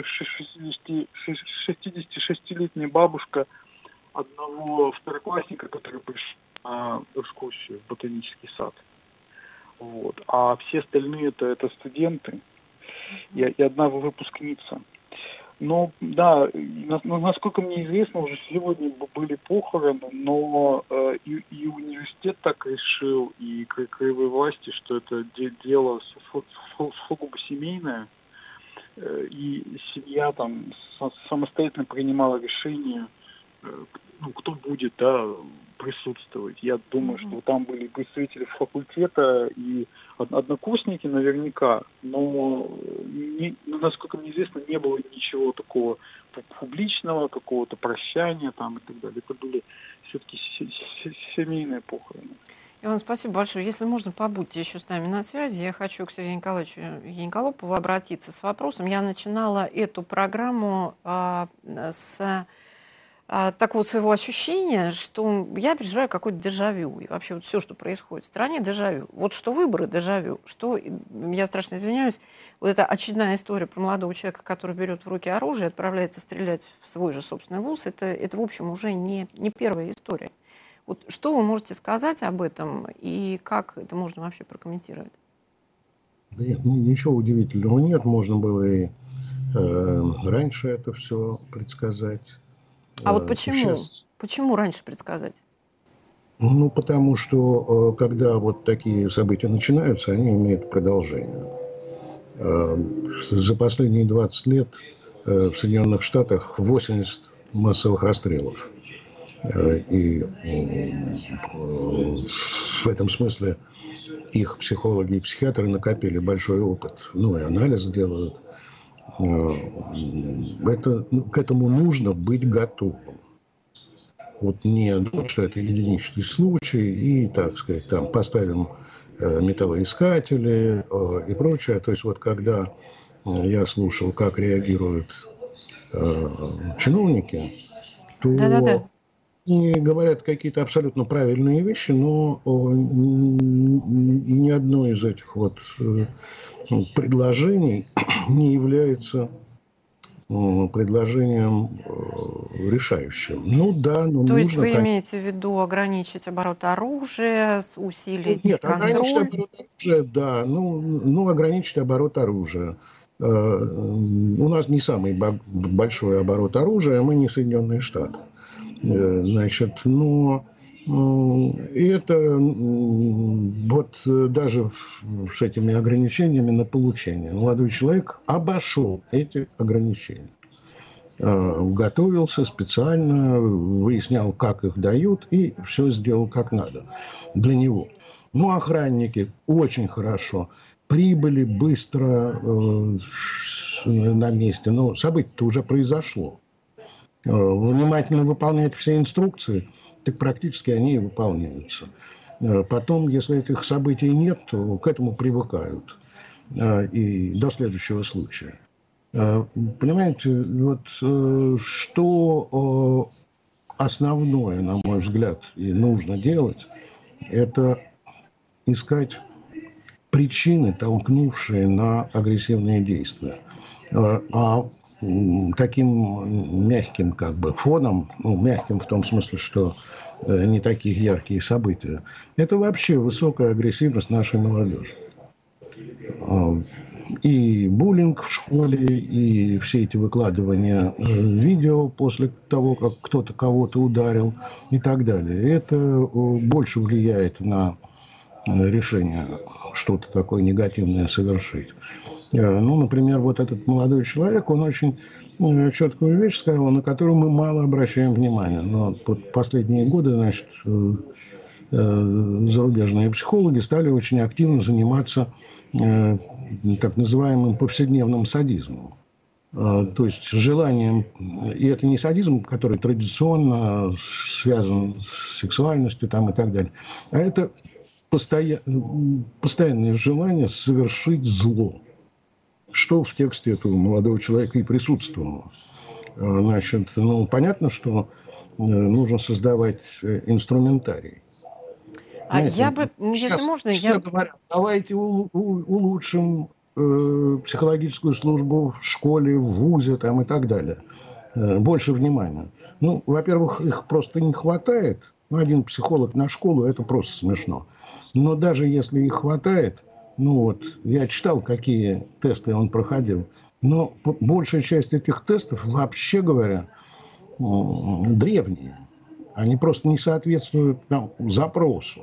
шестидесятишестилетняя бабушка одного второклассника, который пришел на экскурсию в ботанический сад. Вот. А все остальные это, это студенты и, и одна выпускница. Но, да, насколько мне известно, уже сегодня были похороны, но э, и, и университет так решил, и краевые власти, что это дело сугубо семейное, э, и семья там самостоятельно принимала решение, э, ну, кто будет, да, присутствовать. Я думаю, mm-hmm. что там были представители факультета и однокурсники наверняка, но, не, насколько мне известно, не было ничего такого публичного, какого-то прощания там и так далее. Это были все-таки семейные похороны. Иван, спасибо большое. Если можно, побудьте еще с нами на связи. Я хочу к Сергею Николаевичу Яниколопову обратиться с вопросом. Я начинала эту программу а, с... такого своего ощущения, что я переживаю какое-то дежавю. И вообще вот все, что происходит в стране, дежавю. Вот что выборы, дежавю. Что, я страшно извиняюсь, вот эта очередная история про молодого человека, который берет в руки оружие и отправляется стрелять в свой же собственный вуз, это, это в общем, уже не, не первая история. Вот что вы можете сказать об этом и как это можно вообще прокомментировать? Да нет, ну, ничего удивительного нет. Можно было и э, раньше это все предсказать. А вот почему? Сейчас... Почему раньше предсказать? Ну, потому что, когда вот такие события начинаются, они имеют продолжение. За последние двадцать лет в Соединенных Штатах восемьдесят массовых расстрелов. И в этом смысле их психологи и психиатры накопили большой опыт. Ну, и анализ делают. Это, ну, к этому нужно быть готовым. Вот не думать, что это единичный случай, и, так сказать, там поставим э, металлоискатели э, и прочее. То есть вот когда э, я слушал, как реагируют э, чиновники, то Да-да-да. они говорят какие-то абсолютно правильные вещи, но э, ни одно из этих вот... Э, предложений не является предложением решающим. Ну да, но То нужно... есть вы имеете в виду ограничить оборот оружия, усилить Нет, контроль? ограничить оборот оружия, да. Ну, ну, ограничить оборот оружия. У нас не самый большой оборот оружия, мы не Соединенные Штаты. Значит, но... И это вот даже с этими ограничениями на получение. Молодой человек обошел эти ограничения. Готовился специально, выяснял, как их дают, и все сделал как надо для него. Ну, охранники очень хорошо прибыли быстро э, на месте. Но событие-то уже произошло. Э, внимательно выполнять все инструкции, так практически они и выполняются. Э, потом, если этих событий нет, то к этому привыкают. Э, и до следующего случая. Э, понимаете, вот э, что э, основное, на мой взгляд, и нужно делать, это искать причины, толкнувшие на агрессивные действия. А таким мягким как бы фоном, ну, мягким в том смысле, что не такие яркие события, это вообще высокая агрессивность нашей молодежи. И буллинг в школе, и все эти выкладывания видео после того, как кто-то кого-то ударил и так далее. Это больше влияет на решение что-то такое негативное совершить. Ну, например, вот этот молодой человек, он очень четкую вещь сказал, на которую мы мало обращаем внимания. Но последние годы, значит, зарубежные психологи стали очень активно заниматься так называемым повседневным садизмом. То есть желанием, и это не садизм, который традиционно связан с сексуальностью там, и так далее, а это постоя... постоянное желание совершить зло, что в тексте этого молодого человека и присутствовало. Значит, ну, понятно, что нужно создавать инструментарий. А Знаете, я бы, сейчас если можно, все я... говорят, давайте у, у, улучшим э, психологическую службу в школе, в вузе там, и так далее. Э, больше внимания. Ну, во-первых, их просто не хватает. Ну, один психолог на школу, это просто смешно. Но даже если их хватает, ну вот, я читал, какие тесты он проходил, но большая часть этих тестов, вообще говоря, э, древние. Они просто не соответствуют там, запросу.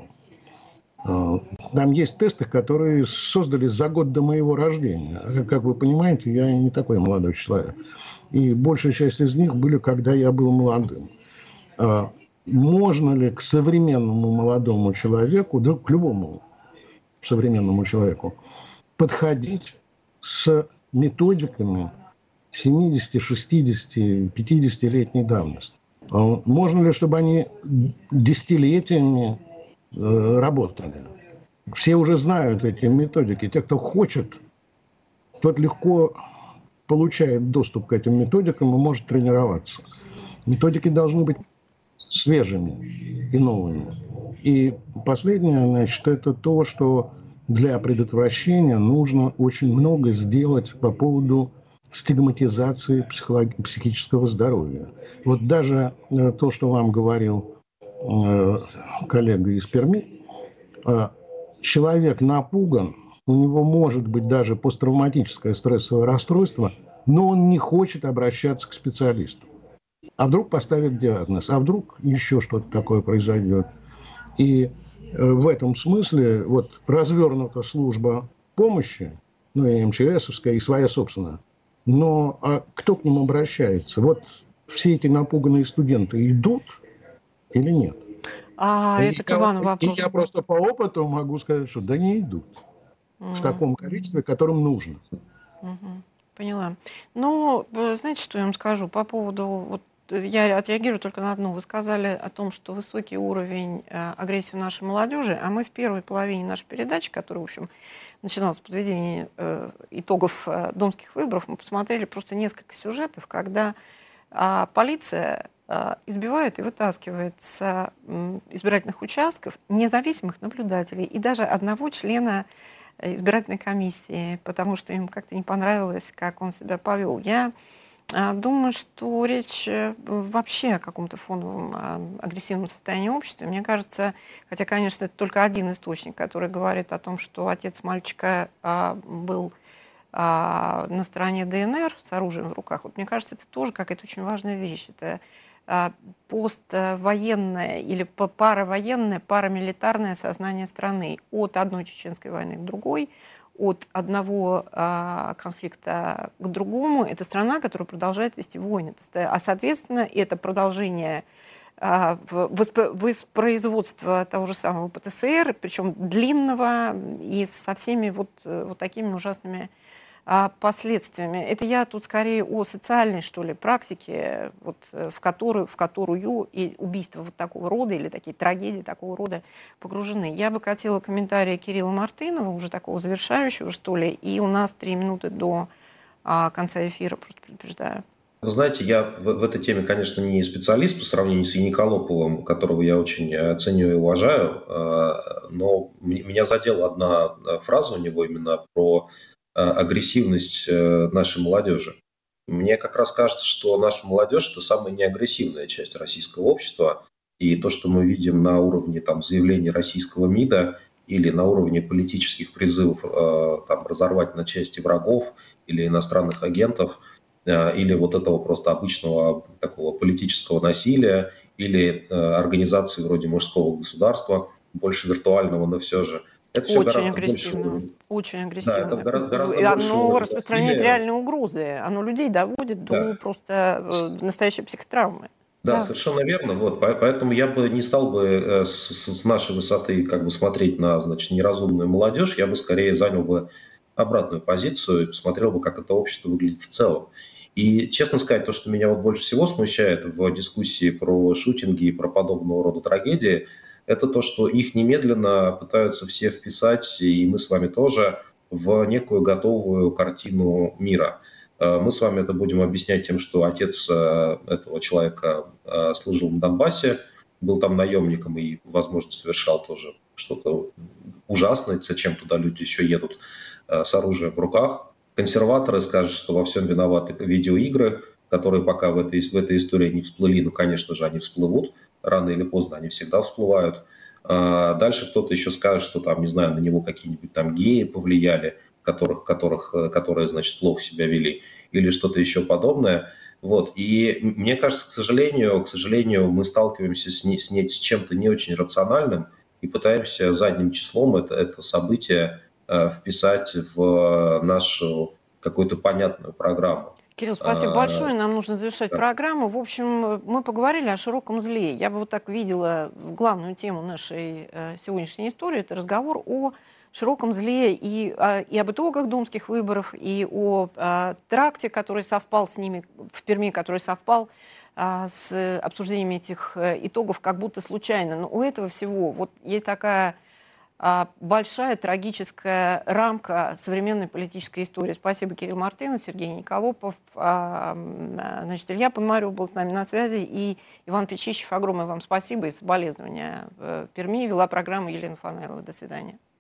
Там есть тесты, которые создали за год до моего рождения. Как вы понимаете, я не такой молодой человек. И большая часть из них были, когда я был молодым. Можно ли к современному молодому человеку, да, к любому современному человеку, подходить с методиками семидесяти, шестидесяти, пятидесятилетней давности? Можно ли, чтобы они десятилетиями работали? Все уже знают эти методики. Те, кто хочет, тот легко получает доступ к этим методикам и может тренироваться. Методики должны быть свежими и новыми. И последнее, значит, это то, что для предотвращения нужно очень много сделать по поводу стигматизации психолог... психического здоровья. Вот даже э, то, что вам говорил э, коллега из Перми, э, человек напуган, у него может быть даже посттравматическое стрессовое расстройство, но он не хочет обращаться к специалисту. А вдруг поставят диагноз, а вдруг еще что-то такое произойдет. И э, в этом смысле вот развернута служба помощи, ну и МЧСовская, и своя собственная. Но а кто к ним обращается? Вот все эти напуганные студенты идут или нет? А, и это к я, Ивану вопрос. И я просто по опыту могу сказать, что да не идут. Mm. В таком количестве, которым нужно. Mm-hmm. Поняла. Ну, знаете, что я вам скажу по поводу... Вот, я отреагирую только на одно. Вы сказали о том, что высокий уровень э, агрессии в нашей молодежи, а мы в первой половине нашей передачи, которая, в общем, начиналась с подведения э, итогов э, домских выборов, мы посмотрели просто несколько сюжетов, когда э, полиция э, избивает и вытаскивает с э, избирательных участков независимых наблюдателей и даже одного члена избирательной комиссии, потому что им как-то не понравилось, как он себя повел. Я думаю, что речь вообще о каком-то фоновом агрессивном состоянии общества. Мне кажется, хотя, конечно, это только один источник, который говорит о том, что отец мальчика был на стороне ДНР с оружием в руках. Вот мне кажется, это тоже какая-то очень важная вещь. Это поствоенное или паравоенное, парамилитарное сознание страны от одной чеченской войны к другой, от одного а, конфликта к другому. Это страна, которая продолжает вести войны. А, соответственно, это продолжение воспроизводства того же самого ПТСР, причем длинного и со всеми вот, вот такими ужасными последствиями. Это я тут скорее о социальной, что ли, практике, вот, в, которую, в которую и убийства вот такого рода или такие трагедии такого рода погружены. Я бы хотела комментария Кирилла Мартынова, уже такого завершающего, что ли, и у нас три минуты до а, конца эфира, просто предупреждаю. Вы знаете, я в, в этой теме, конечно, не специалист по сравнению с Яниколоповым, которого я очень ценю и уважаю, но меня задела одна фраза у него именно про агрессивность нашей молодежи. Мне как раз кажется, что наша молодежь – это самая неагрессивная часть российского общества, и то, что мы видим на уровне там, заявлений российского МИДа или на уровне политических призывов там, разорвать на части врагов или иностранных агентов, или вот этого просто обычного такого политического насилия, или организации вроде «Мужского государства», больше виртуального, но все же. Это все очень агрессивно, больше... очень агрессивно. Да, гораздо, гораздо оно больше распространяет реальные угрозы, оно людей доводит да. до просто настоящей психотравмы. Да, да, совершенно верно. Вот, поэтому я бы не стал бы с, с нашей высоты как бы смотреть на, значит, неразумную молодежь, я бы скорее занял бы обратную позицию и посмотрел бы, как это общество выглядит в целом. И, честно сказать, то, что меня вот больше всего смущает в дискуссии про шутинги и про подобного рода трагедии, это то, что их немедленно пытаются все вписать, и мы с вами тоже, в некую готовую картину мира. Мы с вами это будем объяснять тем, что отец этого человека служил на Донбассе, был там наемником и, возможно, совершал тоже что-то ужасное, зачем туда люди еще едут с оружием в руках. Консерваторы скажут, что во всем виноваты видеоигры, которые пока в этой, в этой истории не всплыли, но, конечно же, они всплывут. Рано или поздно они всегда всплывают. А дальше кто-то еще скажет, что там, не знаю, на него какие-нибудь там геи повлияли, которых, которых, которые, значит, плохо себя вели, или что-то еще подобное. Вот. И мне кажется, к сожалению, к сожалению, мы сталкиваемся с, не, с, не, с чем-то не очень рациональным и пытаемся задним числом это, это событие э, вписать в нашу какую-то понятную программу. Кирилл, спасибо а, большое. Нам нужно завершать да. программу. В общем, мы поговорили о широком зле. Я бы вот так видела главную тему нашей э, сегодняшней истории. Это разговор о широком зле и, э, и об итогах думских выборов, и о э, тракте, который совпал с ними в Перми, который совпал э, с обсуждением этих э, итогов как будто случайно. Но у этого всего вот есть такая большая трагическая рамка современной политической истории. Спасибо, Кирилл Мартынов, Сергей Николопов, значит, Илья Пономарев был с нами на связи, и Иван Печищев. Огромное вам спасибо и соболезнования в Перми. Вела программу Елена Фанайлова. До свидания.